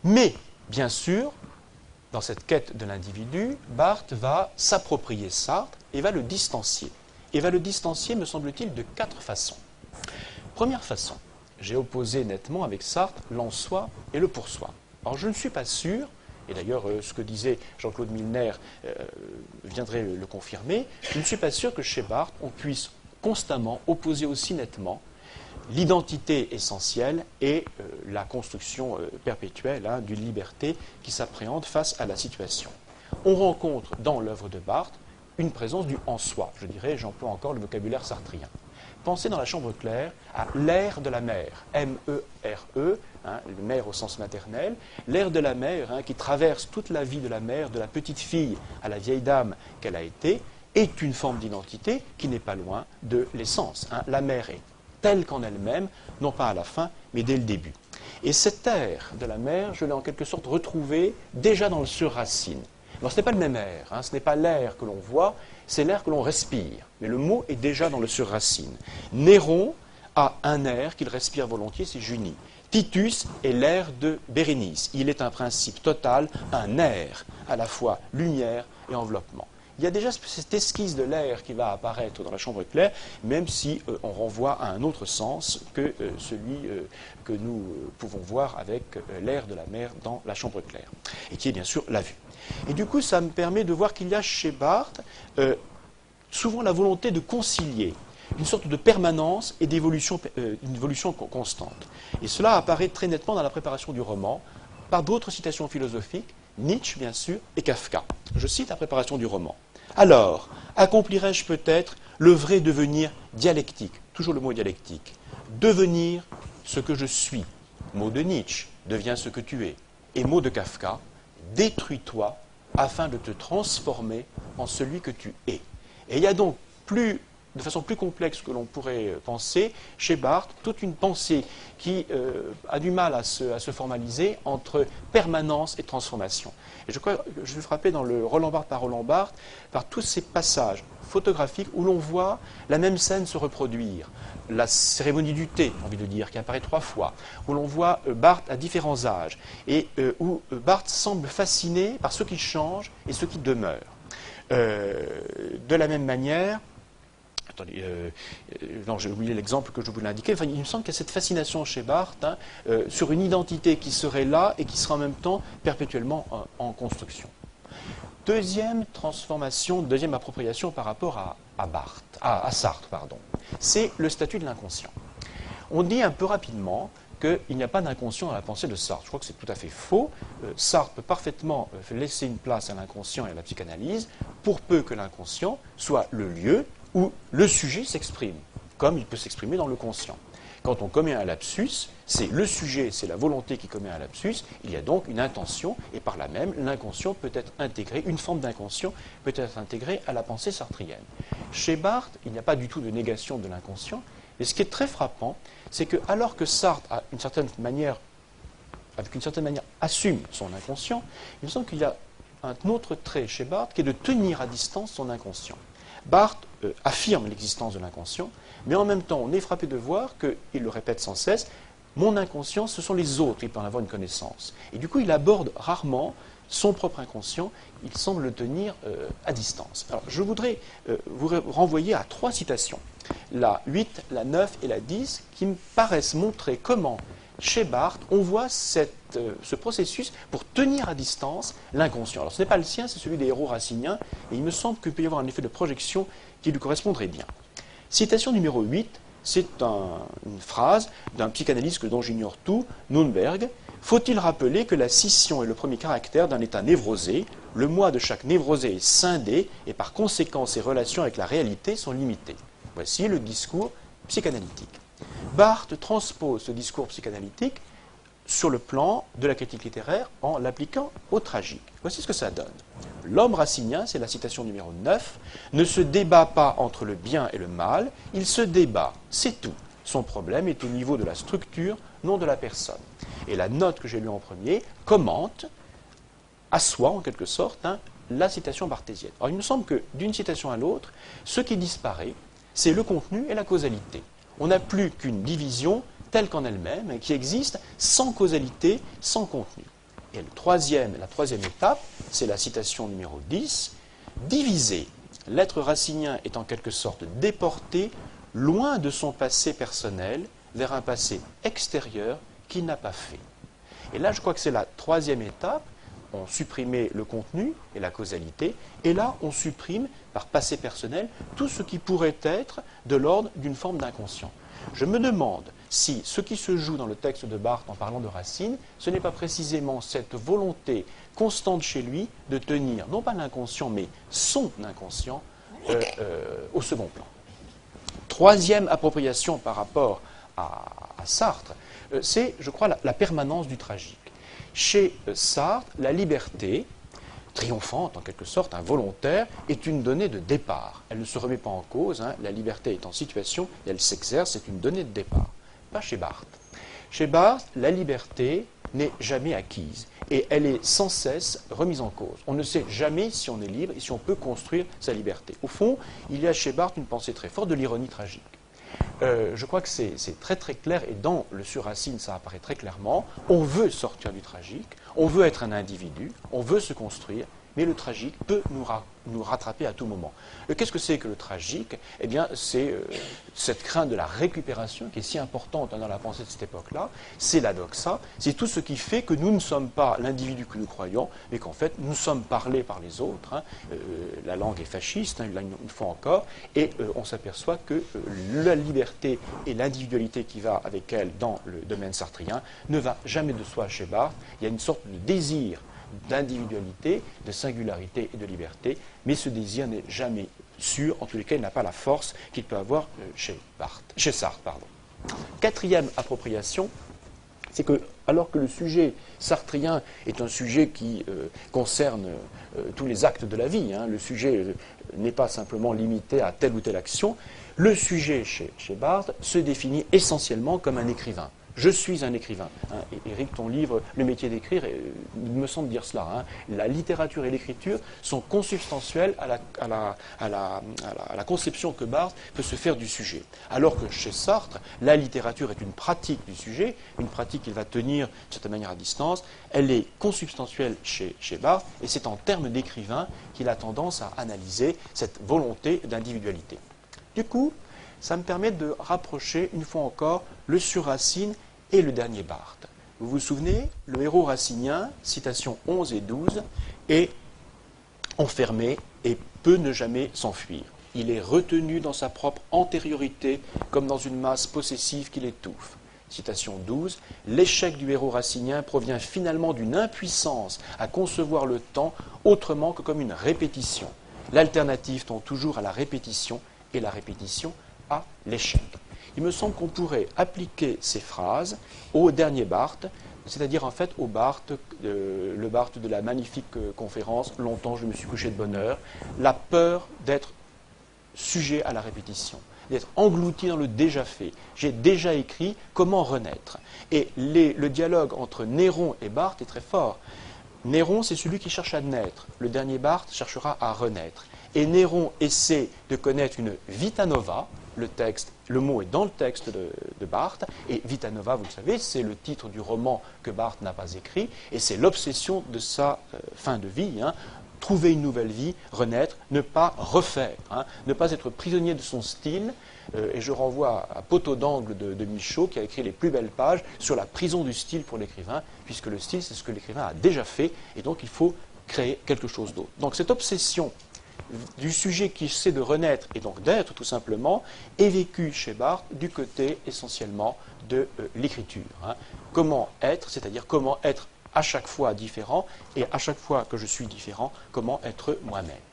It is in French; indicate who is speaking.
Speaker 1: Mais, bien sûr, dans cette quête de l'individu, Barthes va s'approprier Sartre et va le distancier. Et va le distancier, me semble-t-il, de 4 façons. Première façon, j'ai opposé nettement avec Sartre l'en-soi et le pour-soi. Alors je ne suis pas sûr, et d'ailleurs ce que disait Jean-Claude Milner viendrait le confirmer, je ne suis pas sûr que chez Barthes on puisse constamment opposer aussi nettement l'identité essentielle et la construction perpétuelle d'une liberté qui s'appréhende face à la situation. On rencontre dans l'œuvre de Barthes une présence du en soi, je dirais, j'emploie encore le vocabulaire sartrien. Pensez dans la chambre claire à l'air de la mère, M-E-R-E, le mère au sens maternel, l'air de la mère qui traverse toute la vie de la mère, de la petite fille à la vieille dame qu'elle a été, est une forme d'identité qui n'est pas loin de l'essence. La mère est telle qu'en elle-même, non pas à la fin, mais dès le début. Et cet air de la mère, je l'ai en quelque sorte retrouvé déjà dans le Sur Racine. Alors ce n'est pas le même air, ce n'est pas l'air que l'on voit, c'est l'air que l'on respire. Mais le mot est déjà dans le Sur Racine. Néron a un air qu'il respire volontiers, c'est Junie. Titus est l'air de Bérénice. Il est un principe total, un air, à la fois lumière et enveloppement. Il y a déjà cette esquisse de l'air qui va apparaître dans la chambre claire, même si on renvoie à un autre sens que celui que nous pouvons voir avec l'air de la mer dans la chambre claire, et qui est bien sûr la vue. Et du coup, ça me permet de voir qu'il y a chez Barthes souvent la volonté de concilier une sorte de permanence et d'évolution, une évolution constante. Et cela apparaît très nettement dans la préparation du roman, par d'autres citations philosophiques, Nietzsche, bien sûr, et Kafka. Je cite la préparation du roman. Alors, accomplirais-je peut-être le vrai devenir dialectique, toujours le mot dialectique, devenir ce que je suis, mot de Nietzsche, deviens ce que tu es, et mot de Kafka, détruis-toi afin de te transformer en celui que tu es. Et il y a donc de façon plus complexe que l'on pourrait penser, chez Barthes, toute une pensée qui a du mal à se formaliser entre permanence et transformation. Et je crois que je suis frappé dans le Roland Barthes par tous ces passages photographiques où l'on voit la même scène se reproduire. La cérémonie du thé, j'ai envie de dire, qui apparaît 3 fois, où l'on voit Barthes à différents âges, et où Barthes semble fasciné par ce qui change et ce qui demeure. De la même manière, attendez, non, j'ai oublié l'exemple que je voulais indiquer. Enfin, il me semble qu'il y a cette fascination chez Barthes sur une identité qui serait là et qui sera en même temps perpétuellement en construction. Deuxième transformation, deuxième appropriation par rapport à Sartre, c'est le statut de l'inconscient. On dit un peu rapidement qu'il n'y a pas d'inconscient dans la pensée de Sartre. Je crois que c'est tout à fait faux. Sartre peut parfaitement laisser une place à l'inconscient et à la psychanalyse, pour peu que l'inconscient soit le lieu où le sujet s'exprime, comme il peut s'exprimer dans le conscient. Quand on commet un lapsus, c'est le sujet, c'est la volonté qui commet un lapsus, il y a donc une intention, et par là même, l'inconscient peut être intégré, une forme d'inconscient peut être intégrée à la pensée sartrienne. Chez Barthes, il n'y a pas du tout de négation de l'inconscient, mais ce qui est très frappant, c'est que alors que Sartre, avec une certaine manière, assume son inconscient, il me semble qu'il y a un autre trait chez Barthes qui est de tenir à distance son inconscient. Barthes affirme l'existence de l'inconscient, mais en même temps, on est frappé de voir qu'il le répète sans cesse, mon inconscient, ce sont les autres, il peut en avoir une connaissance. Et du coup, il aborde rarement son propre inconscient, il semble le tenir à distance. Alors, je voudrais vous renvoyer à 3 citations, la 8, la 9 et la 10, qui me paraissent montrer comment, chez Barthes, on voit ce processus pour tenir à distance l'inconscient. Alors, ce n'est pas le sien, c'est celui des héros raciniens, et il me semble qu'il peut y avoir un effet de projection qui lui correspondrait bien. Citation numéro 8, c'est une phrase d'un psychanalyste dont j'ignore tout, Nürnberg. Faut-il rappeler que la scission est le premier caractère d'un état névrosé, le moi de chaque névrosé est scindé, et par conséquent ses relations avec la réalité sont limitées. Voici le discours psychanalytique. Barthes transpose ce discours psychanalytique sur le plan de la critique littéraire en l'appliquant au tragique. Voici ce que ça donne. L'homme racinien, c'est la citation numéro 9, ne se débat pas entre le bien et le mal, il se débat, c'est tout. Son problème est au niveau de la structure, non de la personne. Et la note que j'ai lue en premier commente, assoit en quelque sorte, la citation barthésienne. Alors il me semble que d'une citation à l'autre, ce qui disparaît, c'est le contenu et la causalité. On n'a plus qu'une division telle qu'en elle-même, qui existe sans causalité, sans contenu. Et la troisième étape, c'est la citation numéro 10, diviser. L'être racinien est en quelque sorte déporté loin de son passé personnel vers un passé extérieur qu'il n'a pas fait. Et là, je crois que c'est la troisième étape. On supprimait le contenu et la causalité, et là, on supprime, par passé personnel, tout ce qui pourrait être de l'ordre d'une forme d'inconscient. Je me demande si ce qui se joue dans le texte de Barthes en parlant de Racine, ce n'est pas précisément cette volonté constante chez lui de tenir, non pas l'inconscient, mais son inconscient au second plan. Troisième appropriation par rapport à Sartre, c'est, je crois, la permanence du tragique. Chez Sartre, la liberté, triomphante en quelque sorte, involontaire, est une donnée de départ. Elle ne se remet pas en cause, la liberté est en situation et elle s'exerce, c'est une donnée de départ. Pas chez Barthes. Chez Barthes, la liberté n'est jamais acquise et elle est sans cesse remise en cause. On ne sait jamais si on est libre et si on peut construire sa liberté. Au fond, il y a chez Barthes une pensée très forte de l'ironie tragique. Je crois que c'est très très clair, et dans le Sur Racine, ça apparaît très clairement. On veut sortir du tragique, on veut être un individu, on veut se construire, mais le tragique peut nous rattraper à tout moment. Qu'est-ce que c'est que le tragique? Eh bien, c'est cette crainte de la récupération qui est si importante dans la pensée de cette époque-là. C'est la doxa, c'est tout ce qui fait que nous ne sommes pas l'individu que nous croyons, mais qu'en fait, nous sommes parlés par les autres. La langue est fasciste, une fois encore, et on s'aperçoit que la liberté et l'individualité qui va avec elle dans le domaine sartrien ne va jamais de soi chez Barthes. Il y a une sorte de désir d'individualité, de singularité et de liberté, mais ce désir n'est jamais sûr, en tous les cas, il n'a pas la force qu'il peut avoir chez Sartre. Quatrième appropriation, c'est que, alors que le sujet sartrien est un sujet qui concerne tous les actes de la vie, le sujet n'est pas simplement limité à telle ou telle action, le sujet chez Barthes se définit essentiellement comme un écrivain. Je suis un écrivain. Éric, ton livre, Le métier d'écrire, me semble dire cela. La littérature et l'écriture sont consubstantielles à la conception que Barthes peut se faire du sujet. Alors que chez Sartre, la littérature est une pratique du sujet, une pratique qu'il va tenir de certaine manière à distance. Elle est consubstantielle chez Barthes, et c'est en termes d'écrivain qu'il a tendance à analyser cette volonté d'individualité. Du coup, ça me permet de rapprocher, une fois encore, le Sur Racine et le dernier Barthes. Vous vous souvenez, le héros racinien, citations 11 et 12, est enfermé et peut ne jamais s'enfuir. Il est retenu dans sa propre antériorité, comme dans une masse possessive qui l'étouffe. Citation 12, « L'échec du héros racinien provient finalement d'une impuissance à concevoir le temps autrement que comme une répétition. L'alternative tend toujours à la répétition et la répétition à l'échec. » Il me semble qu'on pourrait appliquer ces phrases au dernier Barthes, c'est-à-dire en fait au Barthes, le Barthes de la magnifique conférence « Longtemps je me suis couché de bonne heure », la peur d'être sujet à la répétition, d'être englouti dans le déjà fait. J'ai déjà écrit comment renaître. Et le dialogue entre Néron et Barthes est très fort. Néron, c'est celui qui cherche à naître. Le dernier Barthes cherchera à renaître. Et Néron essaie de connaître une vita nova. Le mot est dans le texte de Barthes, et Vita Nova, vous le savez, c'est le titre du roman que Barthes n'a pas écrit, et c'est l'obsession de sa fin de vie, trouver une nouvelle vie, renaître, ne pas refaire, ne pas être prisonnier de son style, et je renvoie à Poteau d'angle de Michaud, qui a écrit les plus belles pages sur la prison du style pour l'écrivain, puisque le style, c'est ce que l'écrivain a déjà fait, et donc il faut créer quelque chose d'autre. Donc cette obsession du sujet qui essaie de renaître et donc d'être tout simplement, est vécu chez Barthes du côté essentiellement de l'écriture. Comment être, c'est-à-dire comment être à chaque fois différent, et à chaque fois que je suis différent, comment être moi-même.